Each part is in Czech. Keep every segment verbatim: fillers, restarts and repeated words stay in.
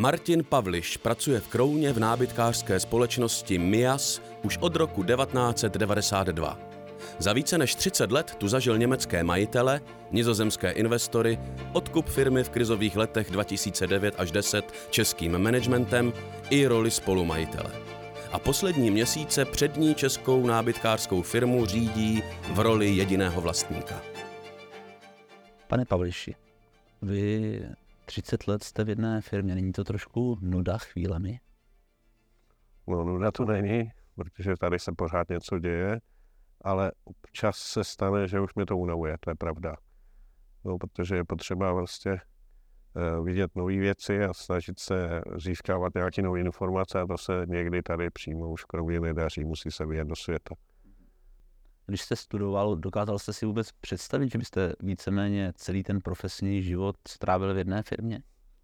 Martin Pavliš pracuje v Krouně v nábytkářské společnosti Mias už od roku devatenáct set devadesát dva. Za více než třicet let tu zažil německé majitele, nizozemské investory, odkup firmy v krizových letech dva tisíce devět až deset českým managementem i roli spolumajitele. A poslední měsíce přední českou nábytkářskou firmu řídí v roli jediného vlastníka. Pane Pavliši, vy třicet let jste v jedné firmě, není to trošku nuda chvílemi? No, nuda to není, protože tady se pořád něco děje, ale občas se stane, že už mě to unavuje, to je pravda. No, protože je potřeba vlastně uh, vidět nové věci a snažit se získávat nějaké nové informace a to se někdy tady přímo už kromě nedaří, musí se vyjet do světa. Když jste studoval, dokázal jste si vůbec představit, že byste víceméně celý ten profesní život strávil v jedné firmě?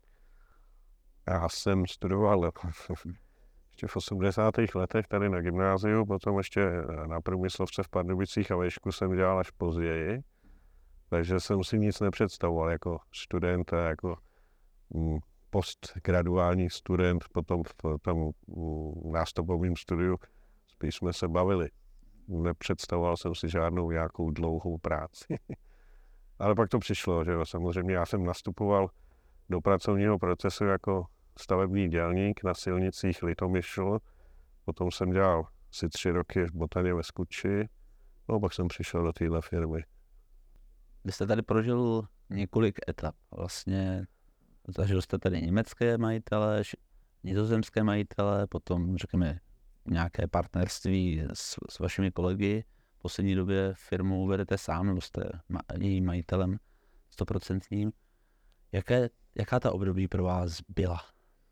Já jsem studoval ještě v osmdesátých letech tady na gymnáziu, potom ještě na průmyslovce v Pardubicích a vešku jsem dělal až později, takže jsem si nic nepředstavoval jako student a jako postgraduální student, potom v tom nástupovém studiu spíš jsme se bavili. Nepředstavoval jsem si žádnou nějakou dlouhou práci. Ale pak to přišlo, že jo, samozřejmě já jsem nastupoval do pracovního procesu jako stavební dělník na silnicích Litomyšl, potom jsem dělal asi tři roky v Botaně ve Skuči, no pak jsem přišel do téhle firmy. Vy jste tady prožil několik etap, vlastně zažil jste tady německé majitele, nizozemské majitele, potom řekněme nějaké partnerství s, s vašimi kolegy. V poslední době firmu vedete sám, nebo jste ma, jejím majitelem stoprocentním. Jaké, jaká ta období pro vás byla?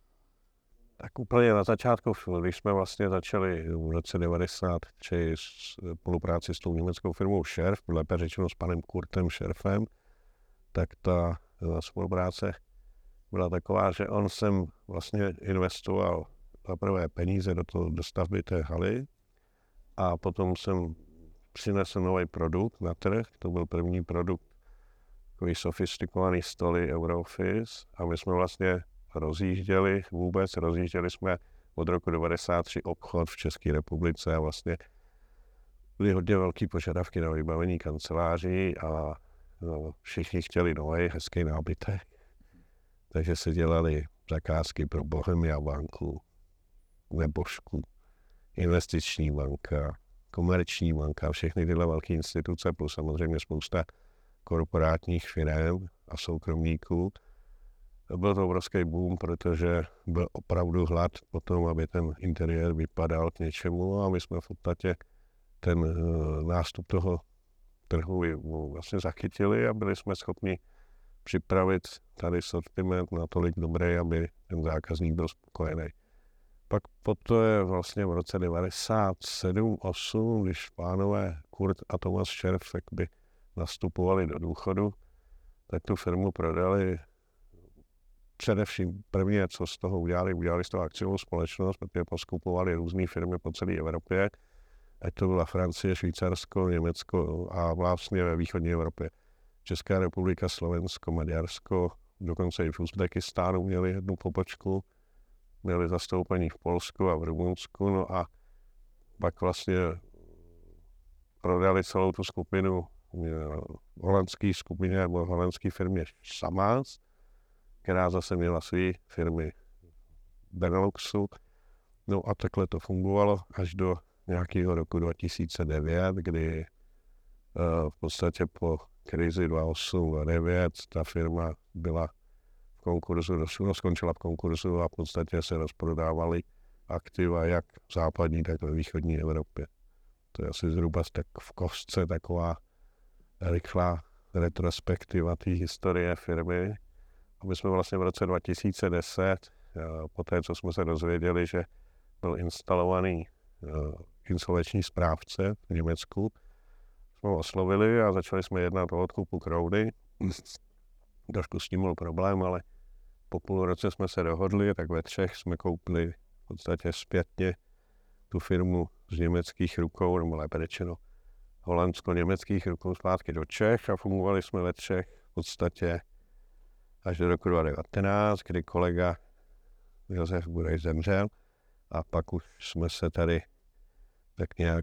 Tak úplně na začátku, když jsme vlastně začali v roce devadesát tři spolupráci s tou německou firmou Scherf, lépe řečeno s panem Kurtem Scherfem, tak ta spolupráce byla taková, že on sem vlastně investoval za prvé peníze do, toho, do stavby té haly a potom jsem přinesl nový produkt na trh. To byl první produkt, takový sofistikovaný stoly Eurofis a my jsme vlastně rozjížděli, vůbec rozjížděli jsme od roku devadesát tři obchod v České republice a vlastně byly hodně velký požadavky na vybavení kanceláří a no, všichni chtěli nový, hezký nábytek. Takže se dělali zakázky pro Bohemia banku, Nebožku, investiční banka, komerční banka, všechny tyhle velké instituce, plus samozřejmě spousta korporátních firm a soukromníků. Byl to obrovský boom, protože byl opravdu hlad po tom, aby ten interiér vypadal k něčemu a my jsme v podstatě ten uh, nástup toho trhu vlastně zachytili a byli jsme schopni připravit tady sortiment natolik dobrý, aby ten zákazník byl spokojený. Pak poté vlastně v roce devadesát sedm osm, když pánové Kurt a Thomas Scherf by nastupovali do důchodu, tak tu firmu prodali. Především prvně, co z toho udělali, udělali z toho akciovou společnost, protože poskupovali různé firmy po celé Evropě, ať to byla Francie, Švýcarsko, Německo a vlastně ve východní Evropě. Česká republika, Slovensko, Maďarsko, dokonce i v Uzbekistánu měli jednu pobočku, měli zastoupení v Polsku a v Rumunsku, no a pak vlastně prodali celou tu skupinu holandské skupině nebo holandské firmě Samás, která zase měla své firmy Beneluxu. No a takhle to fungovalo až do nějakého roku dva tisíce devět, kdy uh, v podstatě po krizi dva tisíce osm a dva tisíce devět ta firma byla v konkurzu, no, skončila v konkurzu a v podstatě se rozprodávaly aktiva jak v západní, tak ve východní Evropě. To je asi zhruba tak v kostce taková rychlá retrospektiva té historie firmy. A my jsme vlastně v roce dva tisíce deset, po té, co jsme se dozvěděli, že byl instalovaný insolvenční správce v Německu, jsme ho oslovili a začali jsme jednat o odkupu Krouny. Trošku s tím byl problém, ale po půl roce jsme se dohodli, tak ve třech jsme koupili v podstatě zpětně tu firmu z německých rukou, nebo lépe řečeno holandsko-německých rukou zpátky do Čech a fungovali jsme ve třech v podstatě až do roku dva tisíce devatenáct, kdy kolega Josef Bureš zemřel a pak už jsme se tady tak nějak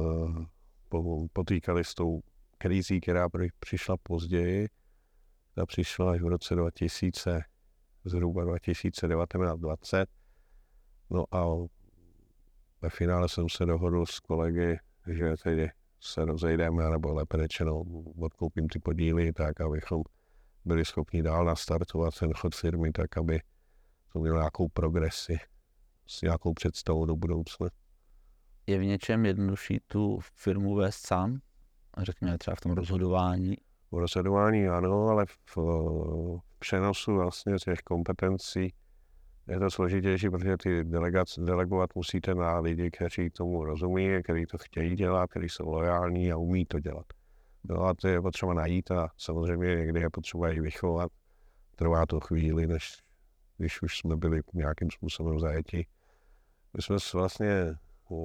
uh, potýkali s tou krizí, která přišla později. Ta přišla až v roce dva tisíce, zhruba dva tisíce devatenáct dvacet. No a ve finále jsem se dohodl s kolegy, že tedy se rozejdeme, nebo lépe řečeno odkoupím ty podíly, tak abychom byli schopni dál nastartovat ten chod firmy, tak aby to mělo nějakou progresi s nějakou představou do budoucna. Je v něčem jednodušší tu firmu vést sám? Řekněme třeba v tom rozhodování? V rozhodování ano, ale v, v přenosu vlastně těch kompetencí je to složitější, protože ty delegac, delegovat musíte na lidi, kteří tomu rozumí, kteří to chtějí dělat, kteří jsou lojální a umí to dělat. No a to je potřeba najít a samozřejmě někdy je potřeba i vychovat. Trvá to chvíli, než když už jsme byli nějakým způsobem zajetí. My jsme vlastně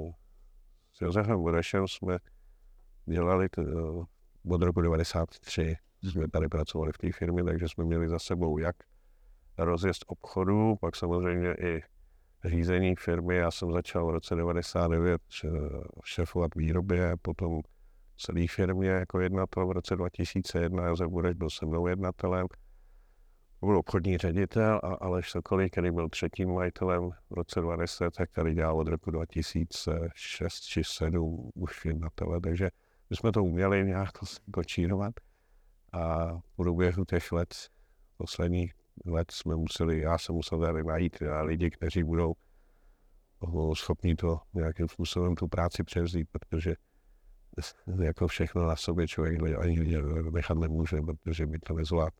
s Josefem Burešem jsme dělali to, od roku devadesát tři, jsme tady pracovali v té firmě, takže jsme měli za sebou jak rozjezd obchodu, pak samozřejmě i řízení firmy. Já jsem začal v roce devadesát devět šéfovat výrobě, potom celé firmě jako jednatel v roce dva tisíce jedna. Josef Bureš byl se mnou jednatelem. Byl obchodní ředitel a Aleš Sokolík, který byl třetím majitelem v roce dvacet deset, tak tady dělal od roku dva tisíce šest či sedm už jednatele, takže my jsme to uměli nějak kočírovat a v průběhu těch let, posledních let jsme museli, já jsem musel tady najít lidi, kteří budou schopni to nějakým způsobem tu práci převzít, protože jako všechno na sobě člověk ani nechat nemůže, protože by to nezvládl.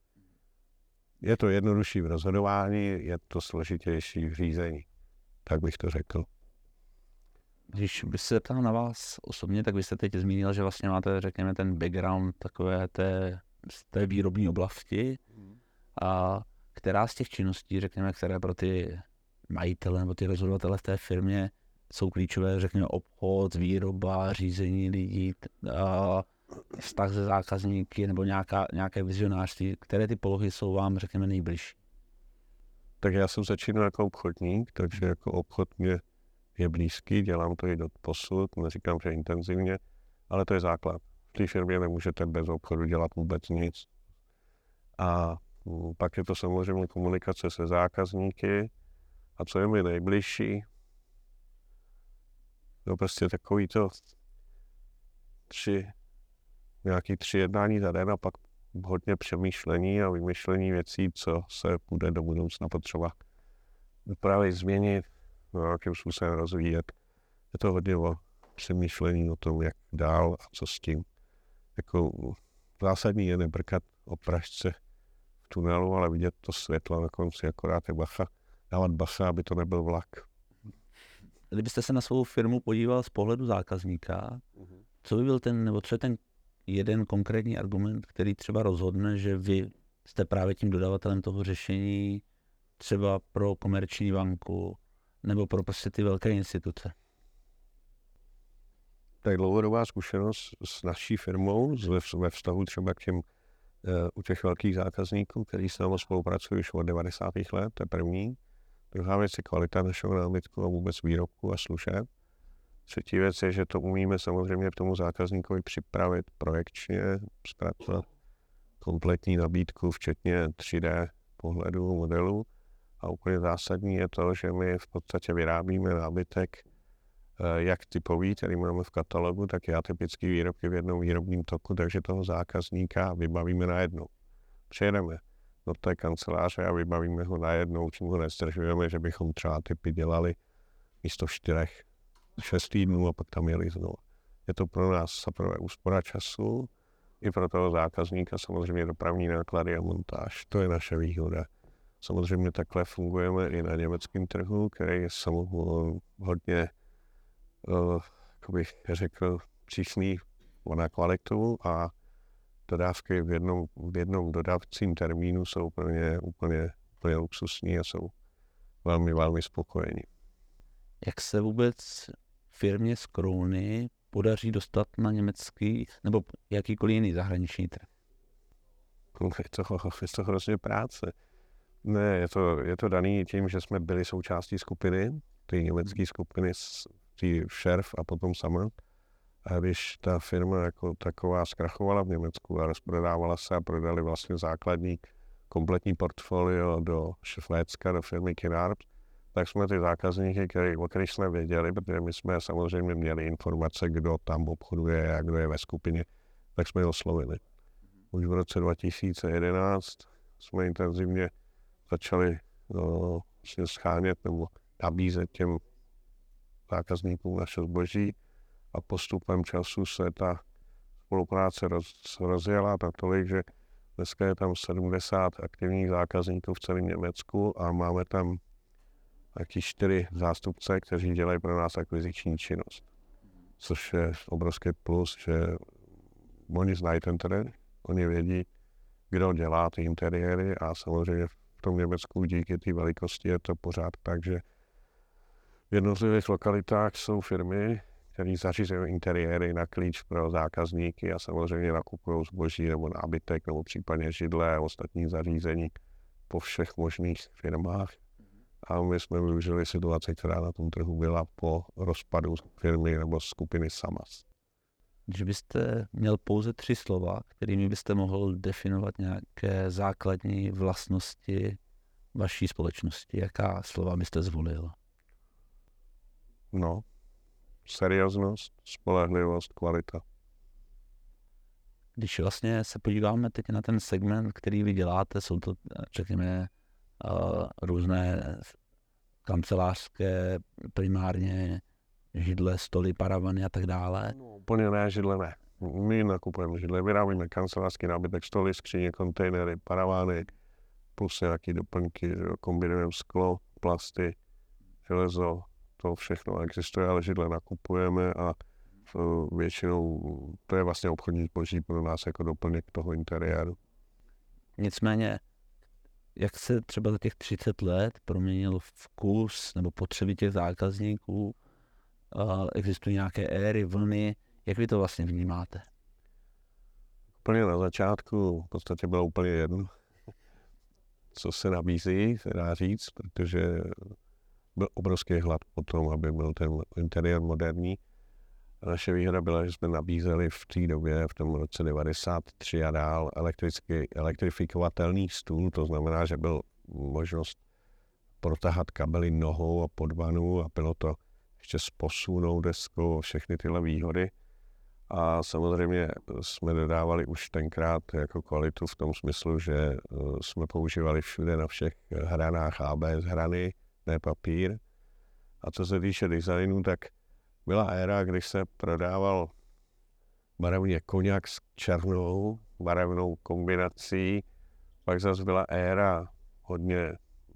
Je to jednodušší v rozhodování, je to složitější v řízení, tak bych to řekl. Když bych se ptal na vás osobně, tak vy jste teď zmínil, že vlastně máte, řekněme, ten background takové té, z té výrobní oblasti. A která z těch činností, řekněme, které pro ty majitele nebo ty rozhodovatele v té firmě jsou klíčové, řekněme, obchod, výroba, řízení lidí, a vztah se zákazníky nebo nějaká, nějaké vizionářství, které ty polohy jsou vám, řekněme, nejbližší? Tak já jsem začínal jako obchodník, takže jako obchod mě je blízký, dělám to i do posud, neříkám, že intenzivně, ale to je základ. V té firmě nemůžete bez obchodu dělat vůbec nic. A pak je to samozřejmě komunikace se zákazníky. A co je mi nejbližší? No prostě takový to tři, nějaký tři jednání za den a pak hodně přemýšlení a vymýšlení věcí, co se bude do budoucna potřeba právě změnit, no, jakým způsobem rozvíjet. Je to hodně o přemýšlení o tom, jak dál a co s tím. Jako zásadní je nebrkat o pražce v tunelu, ale vidět to světlo na konci, akorát je bacha, dávat bacha, aby to nebyl vlak. Kdybyste se na svou firmu podíval z pohledu zákazníka, uh-huh. co by byl ten, nebo co je ten jeden konkrétní argument, který třeba rozhodne, že vy jste právě tím dodavatelem toho řešení třeba pro komerční banku nebo pro prostě ty velké instituce? Tak dlouhodobá zkušenost s naší firmou, ve vztahu třeba k těm, uh, u těch velkých zákazníků, kteří s námi spolupracují už od devadesátých let, to je první. Druhá věc je kvalita našeho nábytku a vůbec výrobku a služeb. Třetí věc je, že to umíme samozřejmě k tomu zákazníkovi připravit projekčně, zpracovat kompletní nabídku, včetně tři dé pohledu modelu. A úplně zásadní je to, že my v podstatě vyrábíme nábytek jak typový, který máme v katalogu, tak i atypický výrobky v jednom výrobním toku, takže toho zákazníka vybavíme najednou. Přijedeme do té kanceláře a vybavíme ho najednou, čím ho nezdržujeme, že bychom třeba typy dělali místo čtyřech, šest týdnů a pak tam jeli znovu. Je to pro nás zaprvé úspora času, i pro toho zákazníka samozřejmě dopravní náklady a montáž. To je naše výhoda. Samozřejmě takhle fungujeme i na německém trhu, který je samozřejmě hodně, uh, jak bych řekl, přísný na kvalitu a dodávky v jednom, v jednom dodavcím termínu jsou pro ně úplně, úplně luxusní a jsou velmi, velmi spokojení. Jak se vůbec firmě z Krouny podaří dostat na německý nebo jakýkoliv jiný zahraniční trh? Je to, je to hrozně práce. Ne, je to, je to daný tím, že jsme byli součástí skupiny, ty německé skupiny, ty Šerf a potom sama. A když ta firma jako taková zkrachovala v Německu a rozprodávala se a prodali vlastně základní kompletní portfolio do Švédska, do firmy Kinarp, tak jsme ty zákazníky, který, o kterých jsme věděli, protože my jsme samozřejmě měli informace, kdo tam obchoduje a kdo je ve skupině, tak jsme je oslovili. Už v roce dva tisíce jedenáct jsme intenzivně začali no, vlastně schánět nebo nabízet těm zákazníkům naše zboží a postupem času se ta spolupráce roz, rozjela natolik, že dneska je tam sedmdesát aktivních zákazníků v celém Německu a máme tam taky čtyři zástupce, kteří dělají pro nás akviziční činnost. Což je obrovský plus, že oni znají ten terén, oni vědí, kdo dělá ty interiéry a samozřejmě v tom Německu díky té velikosti je to pořád tak, že v jednotlivých lokalitách jsou firmy, které zařizují interiéry na klíč pro zákazníky a samozřejmě nakupují zboží nebo nábytek nebo případně židle a ostatní zařízení po všech možných firmách. A my jsme využili situaci, která na tom trhu byla po rozpadu firmy nebo skupiny Samas. Když byste měl pouze tři slova, kterými byste mohl definovat nějaké základní vlastnosti vaší společnosti, jaká slova byste zvolil? No, serióznost, spolehlivost, kvalita. Když vlastně se podíváme teď na ten segment, který vy děláte, jsou to, řekněme, uh, různé kancelářské, primárně židle, stoly, paravany a tak dále. No, úplně ne, židle ne. My nakupujeme židle, vyrábíme kancelářský nábytek, stoly, skříně, kontejnery, paravány, plus nějaké doplňky, kombinujeme sklo, plasty, železo, to všechno existuje, ale židle nakupujeme a uh, většinou to je vlastně obchodní zboží pro nás jako doplněk toho interiéru. Nicméně, jak se třeba za těch třicet let proměnil vkus nebo potřeby těch zákazníků, uh, existují nějaké éry, vlny, jak vy to vlastně vnímáte? Úplně na začátku v podstatě bylo úplně jedno, co se nabízí, se dá říct, protože byl obrovský hlad po tom, aby byl ten interiér moderní. A naše výhoda byla, že jsme nabízeli v té době, v tom roce devadesát tři a dál, elektricky, elektrifikovatelný stůl, to znamená, že byl možnost protahat kabely nohou a pod vanu a bylo to ještě s posunou deskou, všechny tyhle výhody. A samozřejmě jsme dodávali už tenkrát jako kvalitu v tom smyslu, že jsme používali všude na všech hranách á bé es hrany, ne papír. A co se týče designu, tak byla éra, kdy se prodával barevně koňak s černou barevnou kombinací. Pak zase byla éra hodně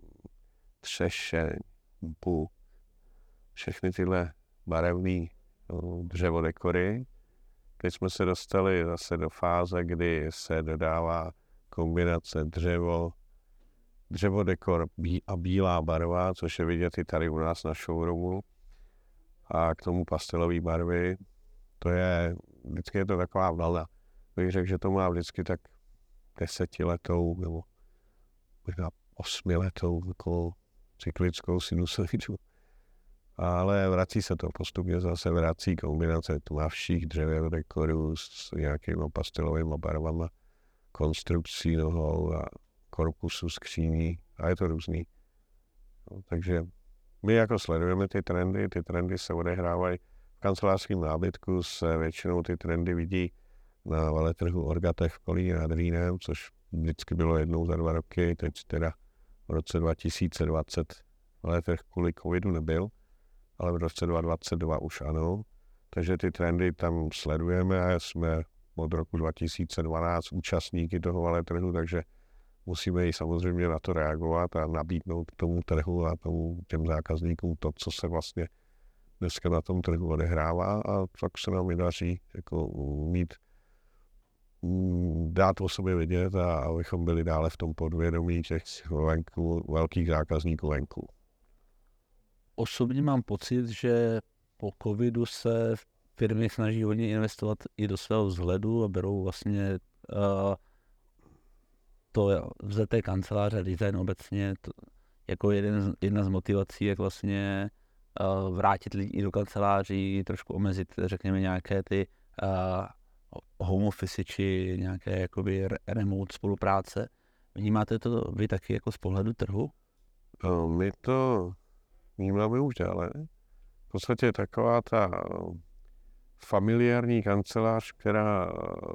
třešeň, buk, všechny tyhle barevné dřevodekory. Teď jsme se dostali zase do fáze, kdy se dodává kombinace dřevo, dřevodekor a bílá barva, což je vidět i tady u nás na showroomu. A k tomu pastelové barvy, to je, vždycky je to taková vlna. Bych řekl, že to má vždycky tak desetiletou nebo možná osmiletou takovou cyklickou sinusoidu. Ale vrací se to postupně, zase vrací kombinace tmavších dřevěných dekorů s nějakými pastelovými barvama, konstrukcí nohou a korpusu skříní a je to různý. No, takže my jako sledujeme ty trendy, ty trendy se odehrávají v kancelářském nábytku, se většinou ty trendy vidí na veletrhu Orgatech v Kolíně nad Rýnem, což vždycky bylo jednou za dva roky, teď teda v roce dva tisíce dvacet veletrh kvůli covidu nebyl, ale v roce dva tisíce dvacet dva už ano, takže ty trendy tam sledujeme a jsme od roku dva tisíce dvanáct účastníky toho veletrhu, takže musíme i samozřejmě na to reagovat a nabídnout tomu trhu a tomu těm zákazníkům to, co se vlastně dneska na tom trhu odehrává a tak se nám i daří jako mít, dát o sobě vidět a abychom byli dále v tom podvědomí těch venku, velkých zákazníků venku. Osobně mám pocit, že po covidu se firmy snaží hodně investovat i do svého vzhledu a berou vlastně uh, to ze té kanceláře design obecně to, jako jeden z, jedna z motivací, jak vlastně uh, vrátit lidi do kanceláří, trošku omezit, řekněme, nějaké ty uh, home office či nějaké jakoby remote spolupráce. Vnímáte to vy taky jako z pohledu trhu? My to vnímáme už dále. V podstatě taková ta familiární kancelář, která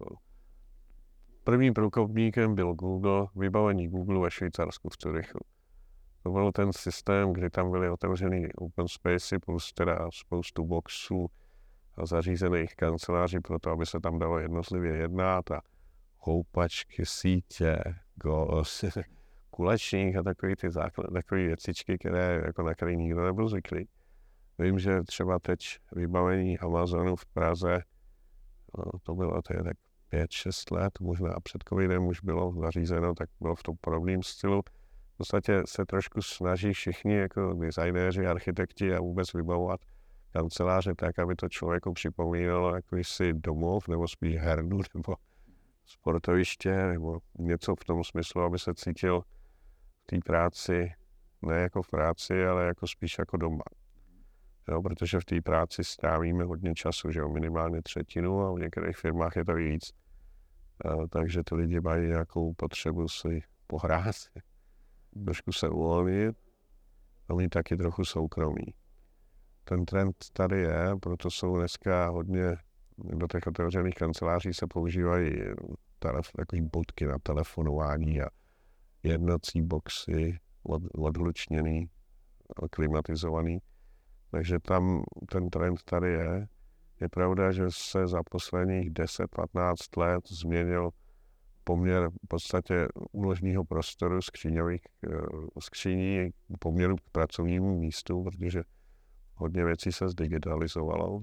prvním průkopníkem byl Google, vybavení Google ve Švýcarsku v Curychu. To byl ten systém, kdy tam byly otevřený open spacey plus teda spoustu boxů a zařízených kanceláří pro to, aby se tam dalo jednotlivě jednat a houpačky, sítě, go, kulečník a takový ty základ, takový věcičky, které, jako na které nikdo nebyl zvyklý. Vím, že třeba teď vybavení Amazonu v Praze, no, to bylo to je tak pět šest let, možná před covidem už bylo zařízeno, tak bylo v tom podobném stylu. V podstatě se trošku snaží všichni jako designéři, architekti a vůbec vybavovat kanceláře tak, aby to člověku připomínalo jakýsi domov, nebo spíš hernu, nebo sportoviště, nebo něco v tom smyslu, aby se cítil v té práci, ne jako v práci, ale jako spíš jako doma. Jo, protože v té práci strávíme hodně času, že jo, minimálně třetinu a v některých firmách je to víc. A, takže ty lidi mají nějakou potřebu si pohrát, trošku se uvolnit a mít taky trochu soukromí. Ten trend tady je, proto jsou dneska hodně, do těch otevřených kanceláří se používají telef- takový bodky na telefonování a jednací boxy, od, odhlučněný, klimatizovaný. Takže tam ten trend tady je. Je pravda, že se za posledních deset patnáct let změnil poměr v podstatě úložního prostoru skříňových skříní poměru k pracovnímu místu, protože hodně věcí se zdigitalizovalo.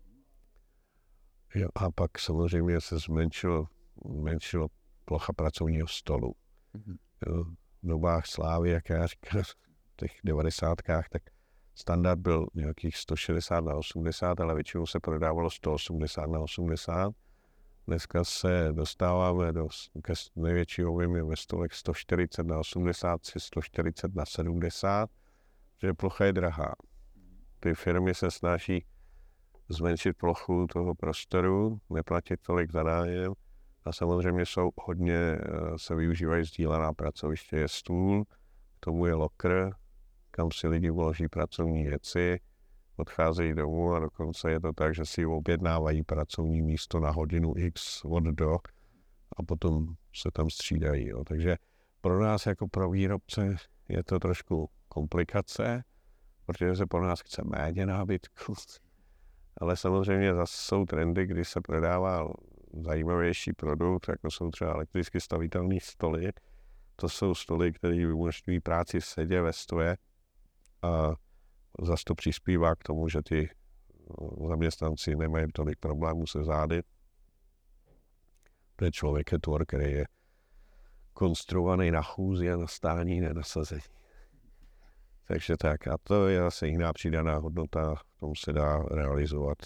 A pak samozřejmě se zmenšilo, zmenšilo plocha pracovního stolu. Mm-hmm. V dobách slávy, jak já říkám, v těch devadesátkách, tak standard byl nějakých sto šedesát na osmdesát, ale většinou se prodávalo sto osmdesát na osmdesát. Dneska se dostáváme do největšího objemu ve stolech sto čtyřicet na osmdesát, sto čtyřicet na sedmdesát, že plocha je drahá. Ty firmy se snaží zmenšit plochu toho prostoru, neplatit tolik za nájem a samozřejmě jsou hodně, se využívají sdílená pracoviště, je stůl, k tomu je locker, kam si lidi vloží pracovní věci, odcházejí domů a dokonce je to tak, že si objednávají pracovní místo na hodinu X od do a potom se tam střídají. Jo. Takže pro nás jako pro výrobce je to trošku komplikace, protože se po nás chce méně nábytku, ale samozřejmě zase jsou trendy, kdy se prodává zajímavější produkt, jako jsou třeba elektricky stavitelné stoly. To jsou stoly, které umožňují práci v sedě ve stoje a zase to přispívá k tomu, že ty zaměstnanci nemají tolik problémů se zády. To je člověk je tvor, který je konstruovaný na chůzi a na stání, ne na sazení. Takže tak, a to je zase jiná přidaná hodnota, v tom se dá realizovat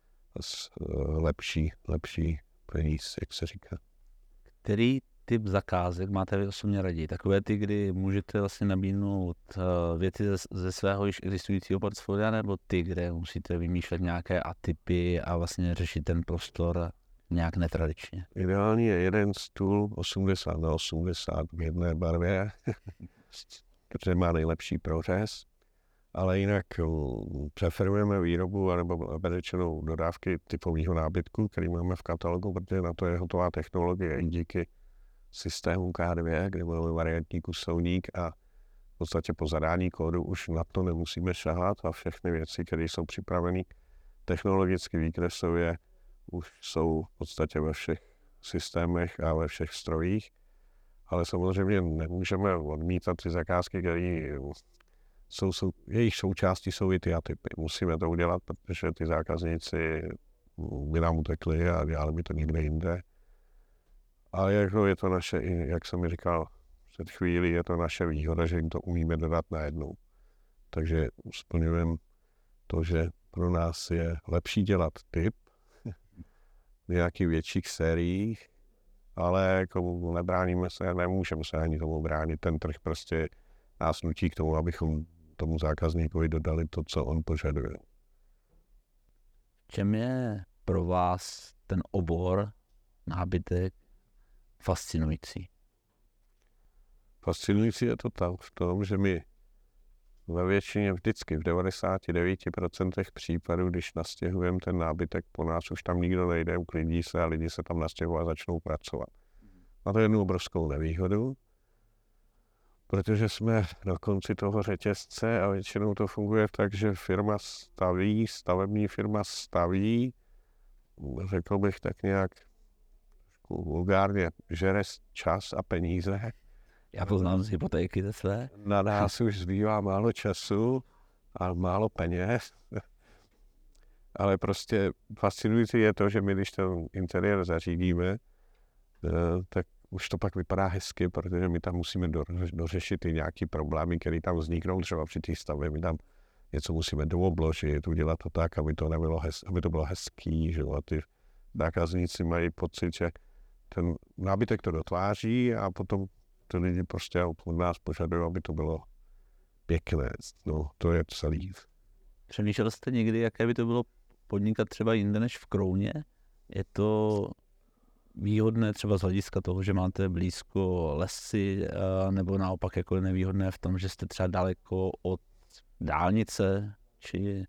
lepší, lepší peníz, jak se říká. Který typ zakázek máte vy osobně raději? Takové ty, kdy můžete vlastně nabídnout věci ze, ze svého již existujícího portfolia, nebo ty, kde musíte vymýšlet nějaké atypy a vlastně řešit ten prostor nějak netradičně? Ideální je jeden stůl osmdesát na osmdesát v jedné barvě, protože má nejlepší prořez, ale jinak preferujeme výrobu anebo řečenou dodávky typového nábytku, který máme v katalogu, protože na to je hotová technologie i díky systému K dva, kde máme variantní kusovník a v podstatě po zadání kódu už na to nemusíme šahat a všechny věci, které jsou připraveny technologicky výkresově, už jsou v podstatě ve všech systémech a ve všech strojích. Ale samozřejmě nemůžeme odmítat ty zakázky, které jsou, jsou, jejich součástí jsou i ty atypy. Musíme to udělat, protože ty zákazníci by nám utekli a dělali by to někde jinde. Ale jako je to naše, jak jsem mi říkal před chvílí, je to naše výhoda, že jim to umíme dodat najednou. Takže splňujeme to, že pro nás je lepší dělat typ v nějakých větších sériích ale jako nebráníme se, nemůžeme se ani tomu bránit. Ten trh prostě nás nutí k tomu, abychom tomu zákazníkovi dodali to, co on požaduje. V čem je pro vás ten obor nábytek fascinující? Fascinující je to tam v tom, že my ve většině vždycky v devadesát devět procent případů, když nastěhujeme ten nábytek po nás, už tam nikdo nejde, uklidí se a lidi se tam nastěhují a začnou pracovat. A to je jednu obrovskou nevýhodu, protože jsme na konci toho řetězce a většinou to funguje tak, že firma staví, stavební firma staví, řekl bych tak nějak vulgárně, žere čas a peníze. Já to znám z hypotéky ze své. Na nás už zbývá málo času a málo peněz. Ale prostě fascinující je to, že my, když ten interiér zařídíme, tak už to pak vypadá hezky, protože my tam musíme dořešit i nějaký problémy, které tam vzniknou třeba při té stavbě. My tam něco musíme doobložit, udělat to tak, aby to, nebylo hez, aby to bylo hezký. Že? A ty zákazníci mají pocit, že ten nábytek to dotváří a potom ty lidi prostě od nás požadují, aby to bylo pěkné. No, to je celý. Přemýšlel jste někdy, jaké by to bylo podnikat třeba jinde než v Krouně? Je to výhodné třeba z hlediska toho, že máte blízko lesy, nebo naopak jako nevýhodné v tom, že jste třeba daleko od dálnice? Či...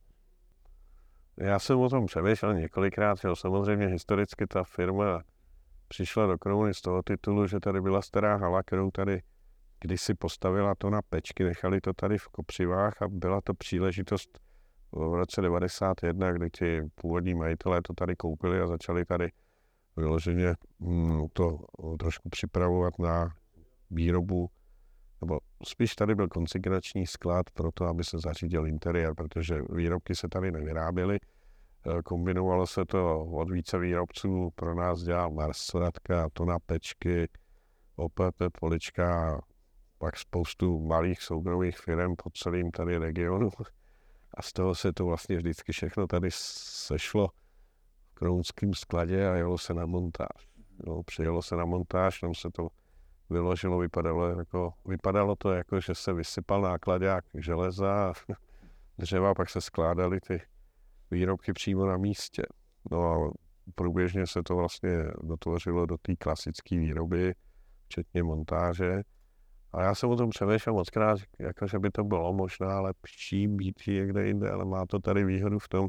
Já jsem o tom přemýšlel několikrát, že samozřejmě historicky ta firma přišla do Krouny z toho titulu, že tady byla stará hala, kterou tady kdysi postavila to na pečky, nechali to tady v Kopřivách a byla to příležitost v roce devadesát jedna, kdy ti původní majitelé to tady koupili a začali tady vyloženě mm, to trošku připravovat na výrobu, nebo spíš tady byl konsignační sklad pro to, aby se zařídil interiér, protože výrobky se tady nevyráběly. Kombinovalo se to od více výrobců, pro nás dělal Mars Radka, Tona Pečky, O P P Polička, pak spoustu malých soukromých firm po celém tady regionu. A z toho se to vlastně vždycky všechno tady sešlo v krounském skladě a jelo se na montáž. Jo, přijelo se na montáž, tam se to vyložilo, vypadalo, jako, vypadalo to jako, že se vysypal nákladák železa a dřeva, pak se skládaly ty výrobky přímo na místě. No a průběžně se to vlastně dotvořilo do té klasické výroby, včetně montáže. A já jsem o tom přemýšlel mockrát, jako že by to bylo možná lepší být někde jinde, ale má to tady výhodu v tom,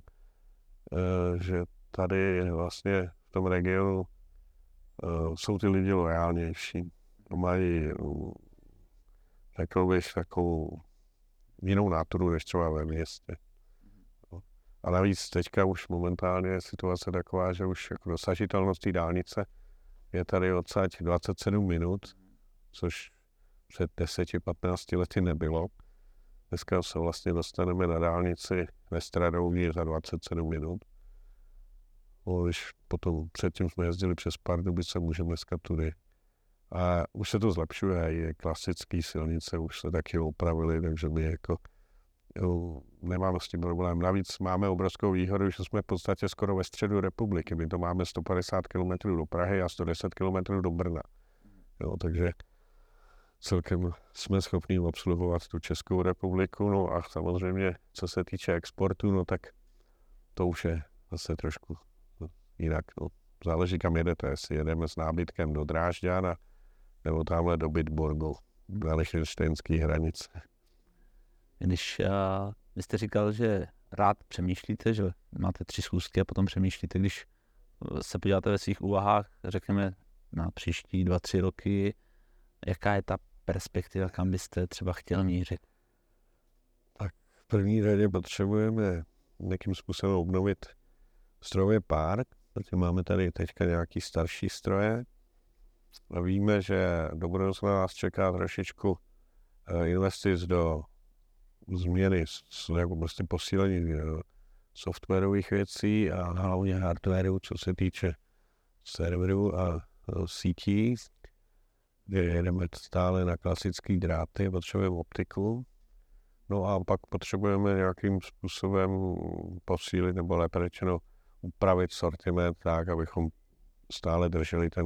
že tady vlastně v tom regionu jsou ty lidi lojálnější. Mají, řekl bych, takovou jinou náturu, než třeba ve městě. A navíc teďka už momentálně je situace taková, že už jako dosažitelnost té dálnice je tady odsaď dvacet sedm minut, což před deseti patnácti lety nebylo. Dneska se vlastně dostaneme na dálnici ve Stradoubí za dvacet sedm minut. No, když potom předtím jsme jezdili přes Pardubice, můžeme dneska tudy. A už se to zlepšuje, i klasické silnice už se taky opravily, takže my jako jo, nemáme s tím problém. Navíc máme obrovskou výhodu, že jsme v podstatě skoro ve středu republiky. My to máme sto padesát kilometrů do Prahy a sto deset kilometrů do Brna. Jo, takže celkem jsme schopni obsluhovat tu Českou republiku. No a samozřejmě, co se týče exportu, no tak to už je zase trošku jinak. No. Záleží, kam jedete. Jestli jedeme s nábytkem do Drážďana nebo tamhle do Bitburgu, na lichtenštejnské hranice. Když a, vy jste říkal, že rád přemýšlíte, že máte tři schůzky a potom přemýšlíte, když se podíváte ve svých úvahách, řekněme na příští dva, tři roky, jaká je ta perspektiva, kam byste třeba chtěl mířit? Tak v první řadě potřebujeme nějakým způsobem obnovit strojový park, protože máme tady teďka nějaký starší stroje a víme, že do budoucna nás čeká trošičku investic do změny, jako prostě posílení softwarových věcí a hlavně hardwareu, co se týče serverů a sítí, kde jedeme stále na klasický dráty, potřebujeme optiku. No a pak potřebujeme nějakým způsobem posílit, nebo lépe řečeno upravit sortiment tak, abychom stále drželi ten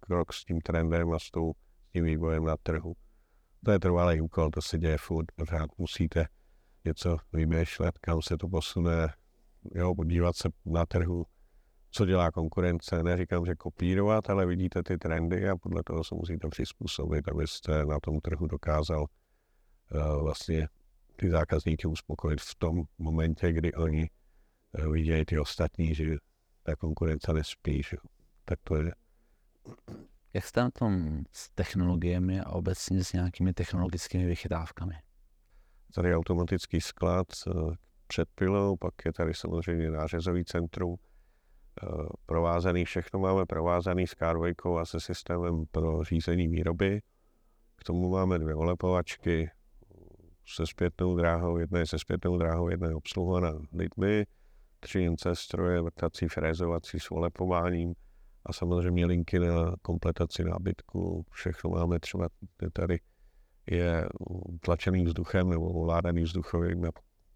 krok s tím trendem a s, tou, s tím vývojem na trhu. To je trvalý úkol, to se děje furt, pořád musíte něco vymýšlet, kam se to posune, jo, podívat se na trhu, co dělá konkurence, neříkám, že kopírovat, ale vidíte ty trendy a podle toho se musíte přizpůsobit, abyste na tom trhu dokázal uh, vlastně ty zákazníky uspokojit v tom momentě, kdy oni uh, vidějí ty ostatní, že ta konkurence nespí, že? Tak to je. Jak jste na tom s technologiemi a obecně s nějakými technologickými vychytávkami? Tady je automatický sklad uh, před pilou, pak je tady samozřejmě nářezový centrum, provázaný, všechno máme provázaný s K dva a se systémem pro řízení výroby. K tomu máme dvě olepovačky se zpětnou dráhou, jedna je se zpětnou dráhou, jedna je obsluhovaná lidmi, tři ince stroje, vrtací, frézovací s olepováním a samozřejmě linky na kompletaci nábytku. Všechno máme třeba tady je tlačený vzduchem nebo ovládaný vzduchovým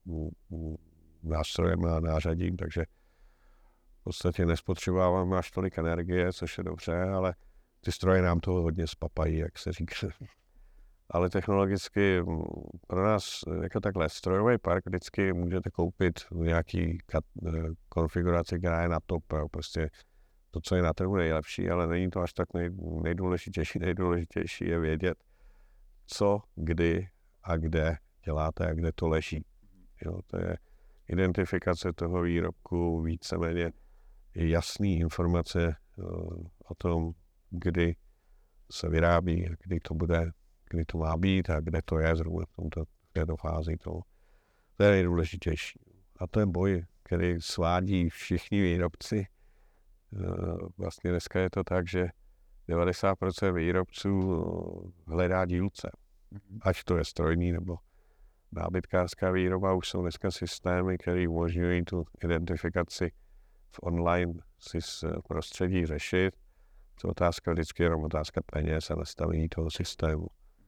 nástrojem a nářadím, takže v podstatě nespotřebáváme až tolik energie, což je dobře, ale ty stroje nám toho hodně spapají, jak se říká. Ale technologicky pro nás jako takhle strojový park vždycky můžete koupit nějaký kat- konfiguraci, která je na top, prostě to, co je na trhu nejlepší, ale není to až tak nej- nejdůležitější. Nejdůležitější je vědět, co, kdy a kde děláte a kde to leží. Jo, to je identifikace toho výrobku, víceméně jasný informace uh, o tom, kdy se vyrábí, kdy to bude, kdy to má být a kde to je zrovna v tomto, v této fázi. To, to je nejdůležitější. A to je boj, který svádí všichni výrobci. Uh, vlastně dneska je to tak, že devadesát procent výrobců hledá dílce. Ať to je strojní nebo nábytkářská výroba, už jsou dneska systémy, které umožňují tu identifikaci v online prostředí řešit. To je otázka vždycky jenom otázka peněz a nastavení toho systému.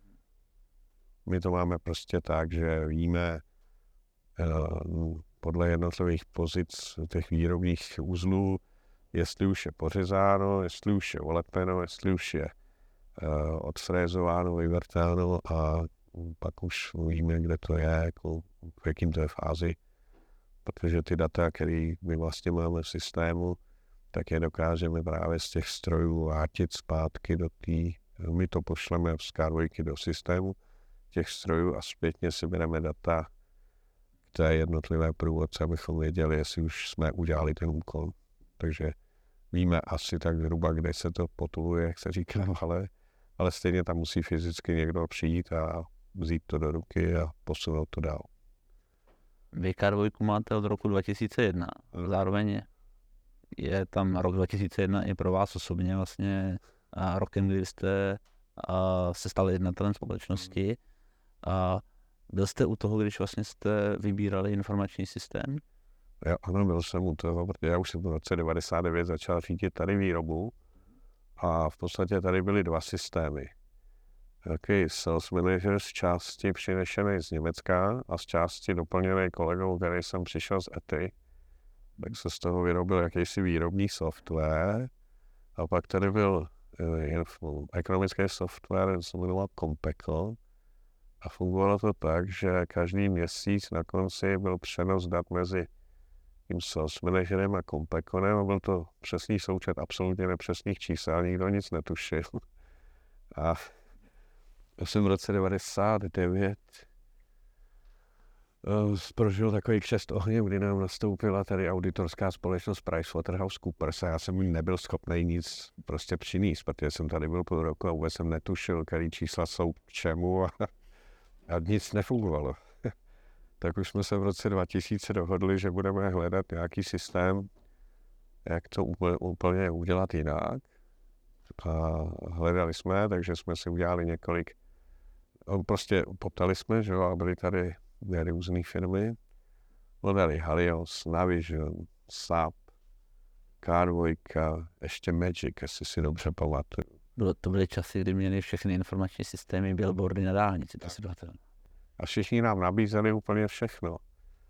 My to máme prostě tak, že víme uh, podle jednotlivých pozic těch výrobních uzlů, jestli už je pořezáno, jestli už je olepeno, jestli už je uh, odfrézováno, vyvrtáno a pak už víme, kde to je, jako, v jakým to je fázi, protože ty data, které my vlastně máme v systému, tak je dokážeme právě z těch strojů vrátit zpátky do té, my to pošleme z K dva do systému těch strojů a zpětně si bereme data k té jednotlivé průvodce, abychom věděli, jestli už jsme udělali ten úkol. Takže víme asi tak zhruba, kde se to potuluje, jak se říká, ale, ale stejně tam musí fyzicky někdo přijít a vzít to do ruky a posunout to dál. Vy K dva máte od roku dva tisíce jedna, zároveň je tam rok dva tisíce jedna i pro vás osobně vlastně a rokem, kdy jste a, se stali jednatelem společnosti. A byl jste u toho, když vlastně jste vybírali informační systém? Já, ano, byl jsem u toho, protože já už jsem v roce devadesát devět začal řídit tady výrobu a v podstatě tady byly dva systémy. Takový sales manager z části přinešený z Německa a z části doplněný kolegou, který jsem přišel z E T I. Tak se z toho vyrobil jakýsi výrobní software a pak tady byl uh, ekonomický software, se jmenoval Compecon a fungovalo to tak, že každý měsíc na konci byl přenos dat mezi tím sales managerem a Compeconem a byl to přesný součet absolutně nepřesných čísel, nikdo nic netušil. A já jsem v roce devadesát devět uh, prožil takový křest ohně, kdy nám nastoupila tady auditorská společnost PricewaterhouseCoopers a já jsem jim nebyl schopný nic prostě přinést, protože jsem tady byl půl roku a vůbec jsem netušil, který čísla jsou k čemu a, a nic nefungovalo. Tak už jsme se v roce dva tisíce dohodli, že budeme hledat nějaký systém, jak to úplně, úplně udělat jinak. A hledali jsme, takže jsme si udělali několik, prostě poptali jsme, že jo, a byly tady různé firmy. Hledali Halios, Navision, S A P, K dva, ještě Magic, jestli si dobře pamatuju. Bylo, to byly časy, kdy měli všechny informační systémy, billboardy na dálnici, to si dohledal. A všichni nám nabízeli úplně všechno.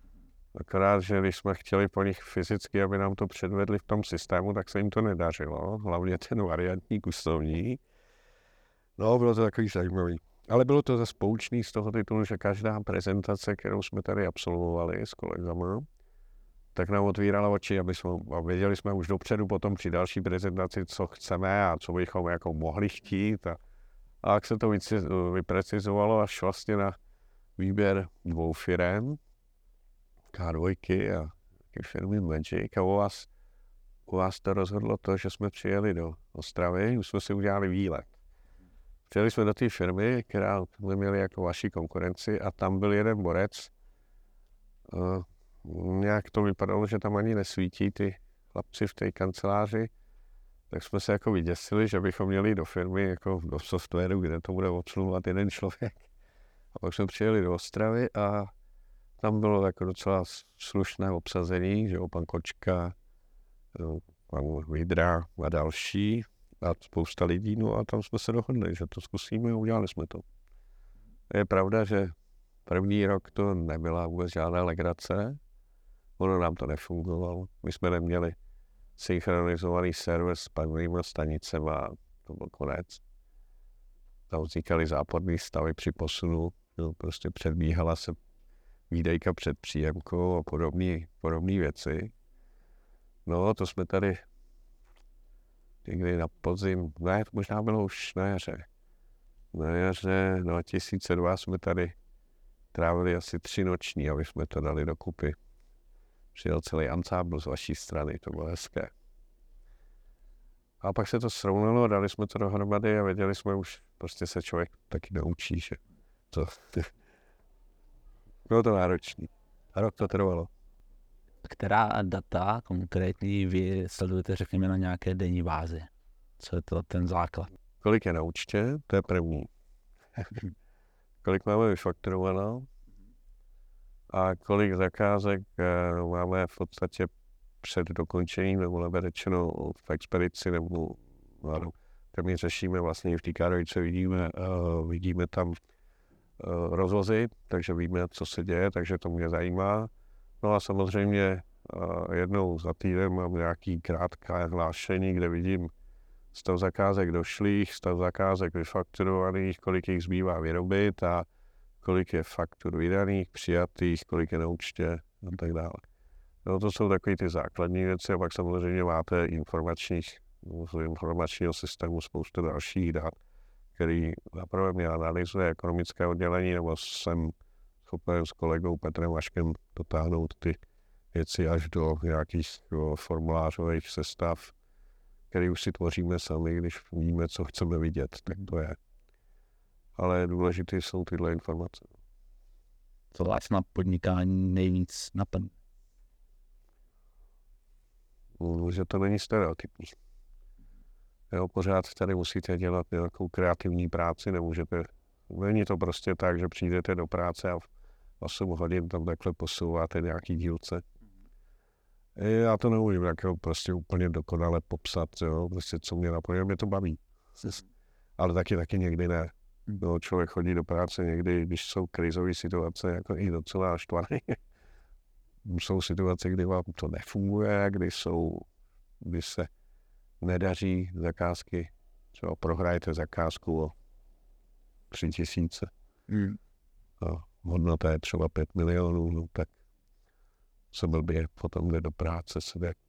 Akorát, že když jsme chtěli po nich fyzicky, aby nám to předvedli v tom systému, tak se jim to nedařilo. Hlavně ten variantní kustovní. No, bylo to takový zajímavý. Ale bylo to zase poučný z toho titulu, že každá prezentace, kterou jsme tady absolvovali s kolegama, tak nám otvírala oči, aby jsme, a věděli jsme už dopředu potom při další prezentaci, co chceme a co bychom jako mohli chtít. A, a jak se to vyprecizovalo až vlastně na výběr dvou firem, K dva a firmy Magic, a u vás, u vás to rozhodlo to, že jsme přijeli do Ostravy, už jsme si udělali výlet. Přijeli jsme do té firmy, která jsme měli jako vaši konkurenci, a tam byl jeden borec. Uh, nějak to vypadalo, že tam ani nesvítí ty chlapci v té kanceláři, tak jsme se jako vyděsili, že bychom měli do firmy, jako do softwaru, kde to bude obsluhovat jeden člověk. A pak jsme přijeli do Ostravy a tam bylo jako docela slušné obsazení, že jo, pan Kočka, pan Vidra a další a spousta lidí, no a tam jsme se dohodli, že to zkusíme a udělali jsme to. Je pravda, že první rok to nebyla vůbec žádná legrace, ono nám to nefungovalo, my jsme neměli synchronizovaný server s panovými stanicemi a to byl konec. Tam vznikaly záporné stavy při posunu, no, prostě předbíhala se výdejka před příjemkou a podobné podobné věci. No, to jsme tady někdy na podzim, ne, to možná bylo už na jaře. Na jaře dva tisíce dva jsme tady trávili asi tři noční, aby jsme to dali dokupy. Přijel celý ansábl z vaší strany, to bylo hezké. A pak se to srovnalo, dali jsme to dohromady a věděli jsme už, prostě se člověk taky naučí, že to... Bylo to náročný. A rok to trvalo. Která data konkrétní vy sledujete, řekněme, na nějaké denní bázi? Co je to ten základ? Kolik je na účtě, to je první. Kolik máme vyfakturováno a kolik zakázek máme v podstatě před dokončením, nebo lépe řečeno v expedici, nebo no, my řešíme vlastně v té károjce, vidíme, uh, vidíme tam uh, rozvozy, takže víme, co se děje, takže to mě zajímá. No a samozřejmě uh, jednou za týden mám nějaký krátké hlášení, kde vidím stav zakázek došlých, stav zakázek vyfakturovaných, kolik jich zbývá vyrobit a kolik je faktur vydaných, přijatých, kolik je na účtě a tak dále. No, to jsou takové ty základní věci a pak samozřejmě máte informačních, informačního systému spoustu dalších dat, který zaprvé mě analyzuje ekonomické oddělení, nebo jsem schopen s kolegou Petrem Vaškem dotáhnout ty věci až do nějakých jo, formulářových sestav, který už si tvoříme sami, když víme, co chceme vidět, tak to je. Ale důležité jsou tyhle informace. Co vás na podnikání nejvíc napadne? Že to není stereotypní. Jo, pořád tady musíte dělat nějakou kreativní práci, nemůžete, není to prostě tak, že přijdete do práce a v osm hodin tam takhle posouváte nějaký dílce. Já to neumím jako prostě úplně dokonale popsat, jo, prostě co mě napadne, mě to baví. Ale taky taky někdy ne. No, člověk chodí do práce někdy, když jsou krizové situace, jako i docela štvaný. Jsou situace, kdy vám to nefunguje, kdy jsou, kdy se nedaří zakázky. Třeba prohrajete zakázku o tři tisíce. Mm. A hodnota je třeba pět milionů, no tak se blbě potom jde do práce, se jde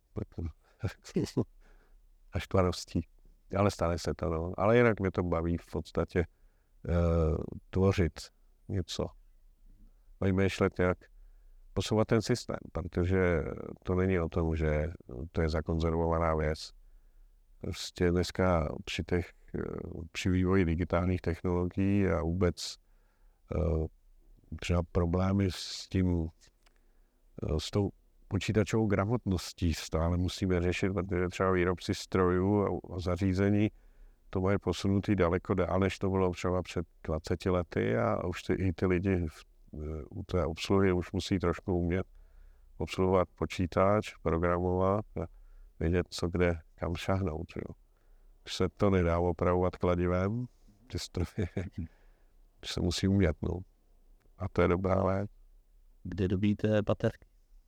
a štvaností. Ale stane se to, no. Ale jinak mě to baví v podstatě uh, tvořit něco. Vymýšlet nějak posouvat ten systém, protože to není o tom, že to je zakonzervovaná věc. Prostě dneska při, těch, při vývoji digitálních technologií a vůbec třeba problémy s tím, s tou počítačovou gramotností stále musíme řešit, protože třeba výrobci strojů a zařízení to mají posunutý daleko dál, než to bylo třeba před dvaceti lety a už ty, i ty lidi u té obsluhy už musí trošku umět obsluhovat počítač, programovat a vědět, co kde, kam šáhnout. Jo. Když se to nedá opravovat kladivem, ty stroje, se musí umět. No. A to je dobrá věc. Kde dobíte baterky?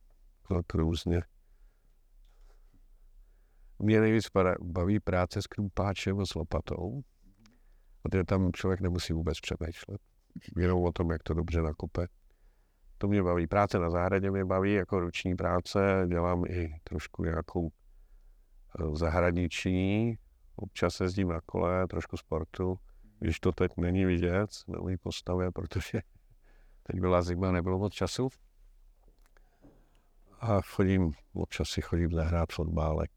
tak různě. Mě nejvíc baví práce s krumpáčem a s lopatou, protože tam člověk nemusí vůbec přemýšlet. Jenom o tom, jak to dobře nakope. To mě baví. Práce na zahradě mě baví jako ruční práce. Dělám i trošku nějakou zahradniční. Občas jezdím na kole, trošku sportu. Když to teď není vidět na mojí postavě, protože teď byla zima, nebylo moc času. A chodím, občas si chodím zahrát fotbálek.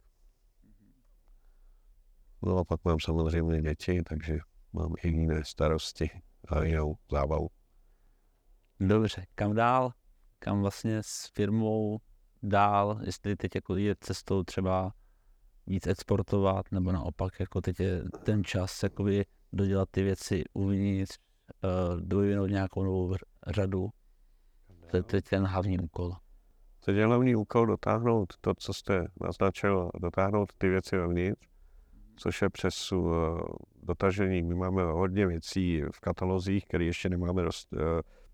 No a pak mám samozřejmě děti, takže mám i jiné starosti a jinou zábavu. Dobře, kam dál? Kam vlastně s firmou dál? Jestli teď jako je cestou třeba víc exportovat, nebo naopak jako teď je ten čas jakoby dodělat ty věci uvnitř, uh, dovyvinout nějakou novou řadu. To je teď ten hlavní úkol. Teď je hlavní úkol dotáhnout to, co jste naznačil, dotáhnout ty věci vevnitř, což je přes uh, dotažení. My máme hodně věcí v katalozích, které ještě nemáme dost uh,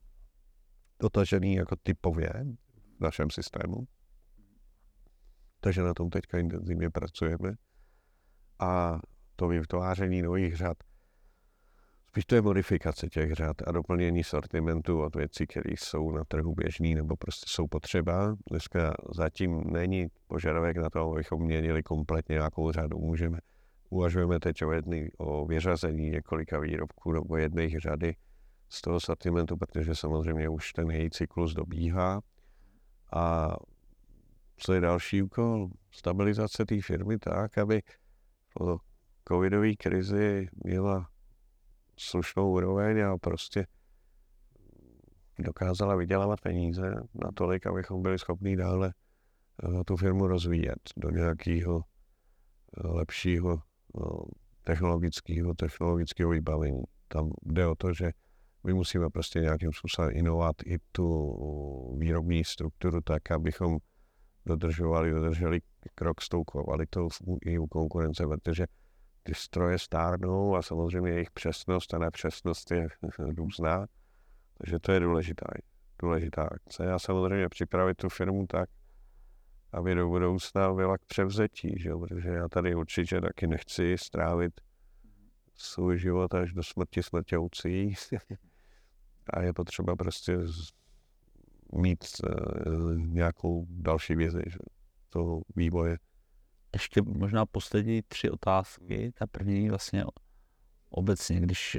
dotažený jako typově v našem systému. Takže na tom teďka intenzivně pracujeme. A to vytváření nových řad, spíš to je modifikace těch řad a doplnění sortimentu od věcí, které jsou na trhu běžný nebo prostě jsou potřeba. Dneska zatím není požadavek na to, abychom měnili kompletně nějakou řadu. Můžeme, uvažujeme teď o, jedný, o vyřazení několika výrobků nebo jedné řady z toho sortimentu, protože samozřejmě už ten její cyklus dobíhá. A co je další úkol? Stabilizace té firmy tak, aby po covidové krizi měla slušnou úroveň a prostě dokázala vydělávat peníze natolik, abychom byli schopni dále tu firmu rozvíjet do nějakého lepšího technologického, technologického vybavení. Tam jde o to, že my musíme prostě nějakým způsobem inovovat i tu výrobní strukturu tak, abychom dodržovali, dodrželi krok s tou kvalitou i u konkurence, protože ty stroje stárnou a samozřejmě jejich přesnost a nepřesnost je různá, takže to je důležitá, důležitá akce. A samozřejmě připravit tu firmu tak, aby do budoucna byla k převzetí, že jo? Protože já tady určitě taky nechci strávit svůj život až do smrti smrťoucí a je potřeba prostě mít uh, nějakou další vizi toho vývoje. Ještě možná poslední tři otázky. Ta první vlastně obecně, když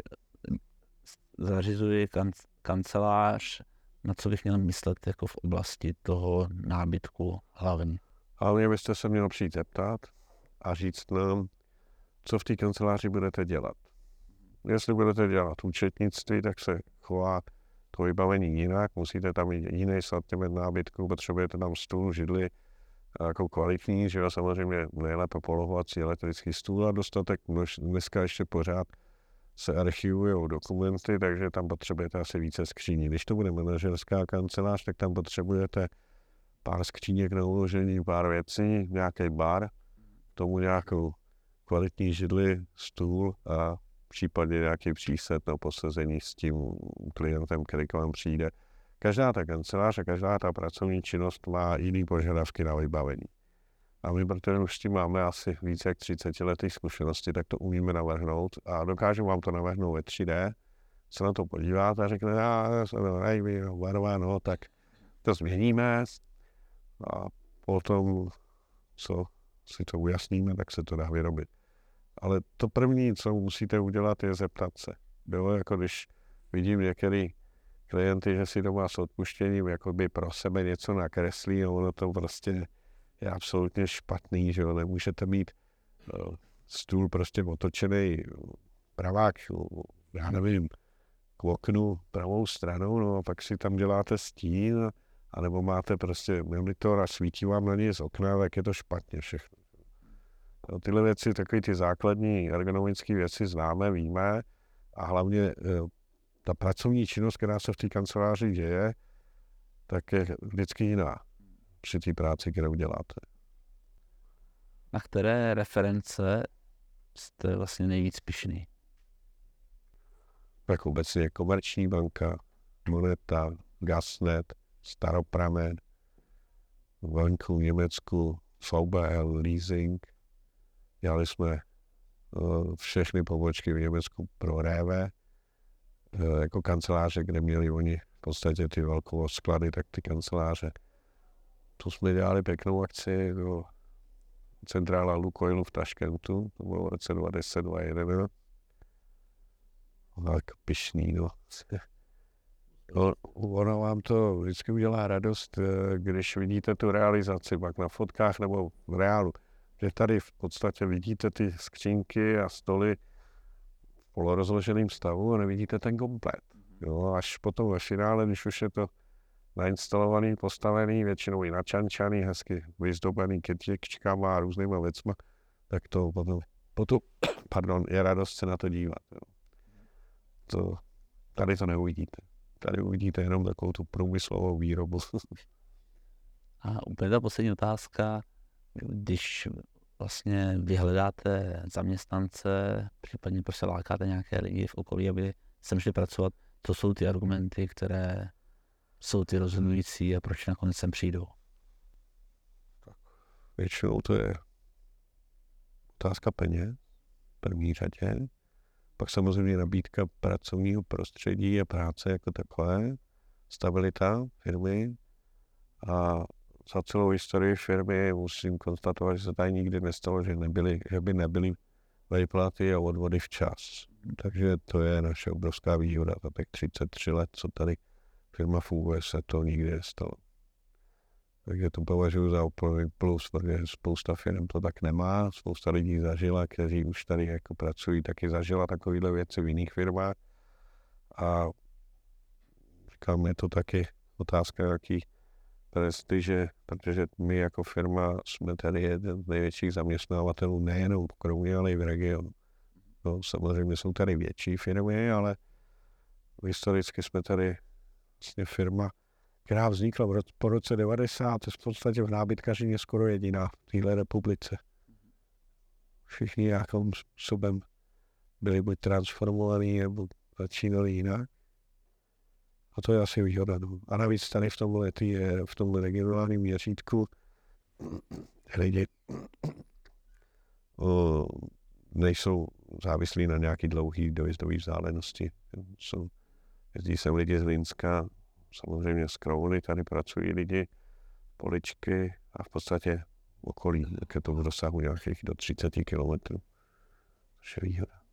zařizuji kanc- kancelář, na co bych měl myslet jako v oblasti toho nábytku hlavně? Hlavně byste se měl přijít zeptat a říct nám, co v té kanceláři budete dělat. Jestli budete dělat účetnictví, tak se chová to vybavení jinak, musíte tam mít jiný sortiment nábytku, potřebujete tam stůl, židli, jako kvalitní, že jo, samozřejmě nejlépe polohovací elektrický stůl a dostatek, dneska ještě pořád se archivují dokumenty, takže tam potřebujete asi více skříní. Když to bude manažerská kancelář, tak tam potřebujete pár skříněk na uložení, pár věcí, nějaký bar, k tomu nějakou kvalitní židli, stůl a případně nějaký příset na posazení s tím klientem, který k vám přijde. Každá ta kancelář a každá ta pracovní činnost má jiný požadavky na vybavení. A my, protože už s tím máme asi více jak třicet letých zkušenosti, tak to umíme navrhnout a dokážeme vám to navrhnout ve tři dé. Se na to podíváte a řekne, já jsem nejví, varová, no, tak to změníme a potom, co si to ujasníme, tak se to dá vyrobit. Ale to první, co musíte udělat, je zeptat se. Bylo jako když vidím některý klienty, že si doma s odpuštěním jakoby pro sebe něco nakreslí a ono to prostě je absolutně špatný, že jo, nemůžete mít uh, stůl prostě otočený pravák, já nevím, k oknu pravou stranou, no a pak si tam děláte stín, anebo máte prostě monitor a svítí vám na něj z okna, tak je to špatně všechno. No, tyhle věci, takové ty základní ergonomické věci známe, víme a hlavně uh, ta pracovní činnost, která se v té kanceláři děje, tak je vždycky jiná při té práci, kterou děláte. Na které reference jste vlastně nejvíc pyšný? Tak obecně Komerční banka, Moneta, Gasnet, Staropramen, venku v Německu V B L leasing. Dělali jsme uh, všechny pobočky v Německu pro Rewe, uh, jako kanceláře, kde měli oni v podstatě ty velkou sklady, tak ty kanceláře. Tu jsme dělali pěknou akci do centrála Lukoilu v Taškentu, to bylo v roce dva tisíce deset dva tisíce jedenáct. Tak pyšný, no. no. Ono vám to vždycky udělá radost, když vidíte tu realizaci, pak na fotkách nebo v reálu. Že tady v podstatě vidíte ty skřínky a stoly v polorozloženém stavu a nevidíte ten komplet. Jo, až potom ve finále, když už je to nainstalovaný, postavený, většinou i načančaný, hezky vyzdobený kytičkama a různýma věcma, tak to potom, potom pardon, je radost se na to dívat. Jo. To, tady to neuvidíte. Tady uvidíte jenom takovou tu průmyslovou výrobu. A úplně ta poslední otázka, když vlastně vyhledáte zaměstnance, případně prostě lákáte nějaké lidi v okolí, aby sem šli pracovat, to jsou ty argumenty, které jsou ty rozhodující a proč nakonec sem přijdou? Tak, většinou to je otázka peněz, v první řadě. Pak samozřejmě nabídka pracovního prostředí a práce jako takové, stabilita firmy a za celou historii firmy musím konstatovat, že se tady nikdy nestalo, že, nebyly, že by nebyly výplaty a odvody včas. Takže to je naše obrovská výhoda. Za těch třicet tři let, co tady firma funguje, se to nikdy nestalo. Takže to považuji za úplný plus, protože spousta firm to tak nemá. Spousta lidí zažila, kteří už tady jako pracují, taky zažila takovéhle věci v jiných firmách. A říkám, je to taky otázka, jaký prestiže, protože my jako firma jsme tady jeden z největších zaměstnavatelů nejenom v Kromě, ale i v regionu. No, samozřejmě jsou tady větší firmy, ale historicky jsme tady vlastně firma, která vznikla v roce, po roce devadesát, v podstatě v nábytkařině skoro jediná v téhle republice. Všichni nějakým způsobem byli buď transformovaní, nebo začínali jinak. A to je asi výhoda. No. A navíc tady v tomhle, tý, v tomhle regionálním měřítku lidi o, nejsou závislí na nějaký dlouhý dojezdový vzdálenosti. Jsou, jezdí sem lidi z Linska, samozřejmě z Krouny, tady pracují lidi, Poličky a v podstatě okolí, jak je to v dosahu nějakých do třicet kilometrů. To je výhoda.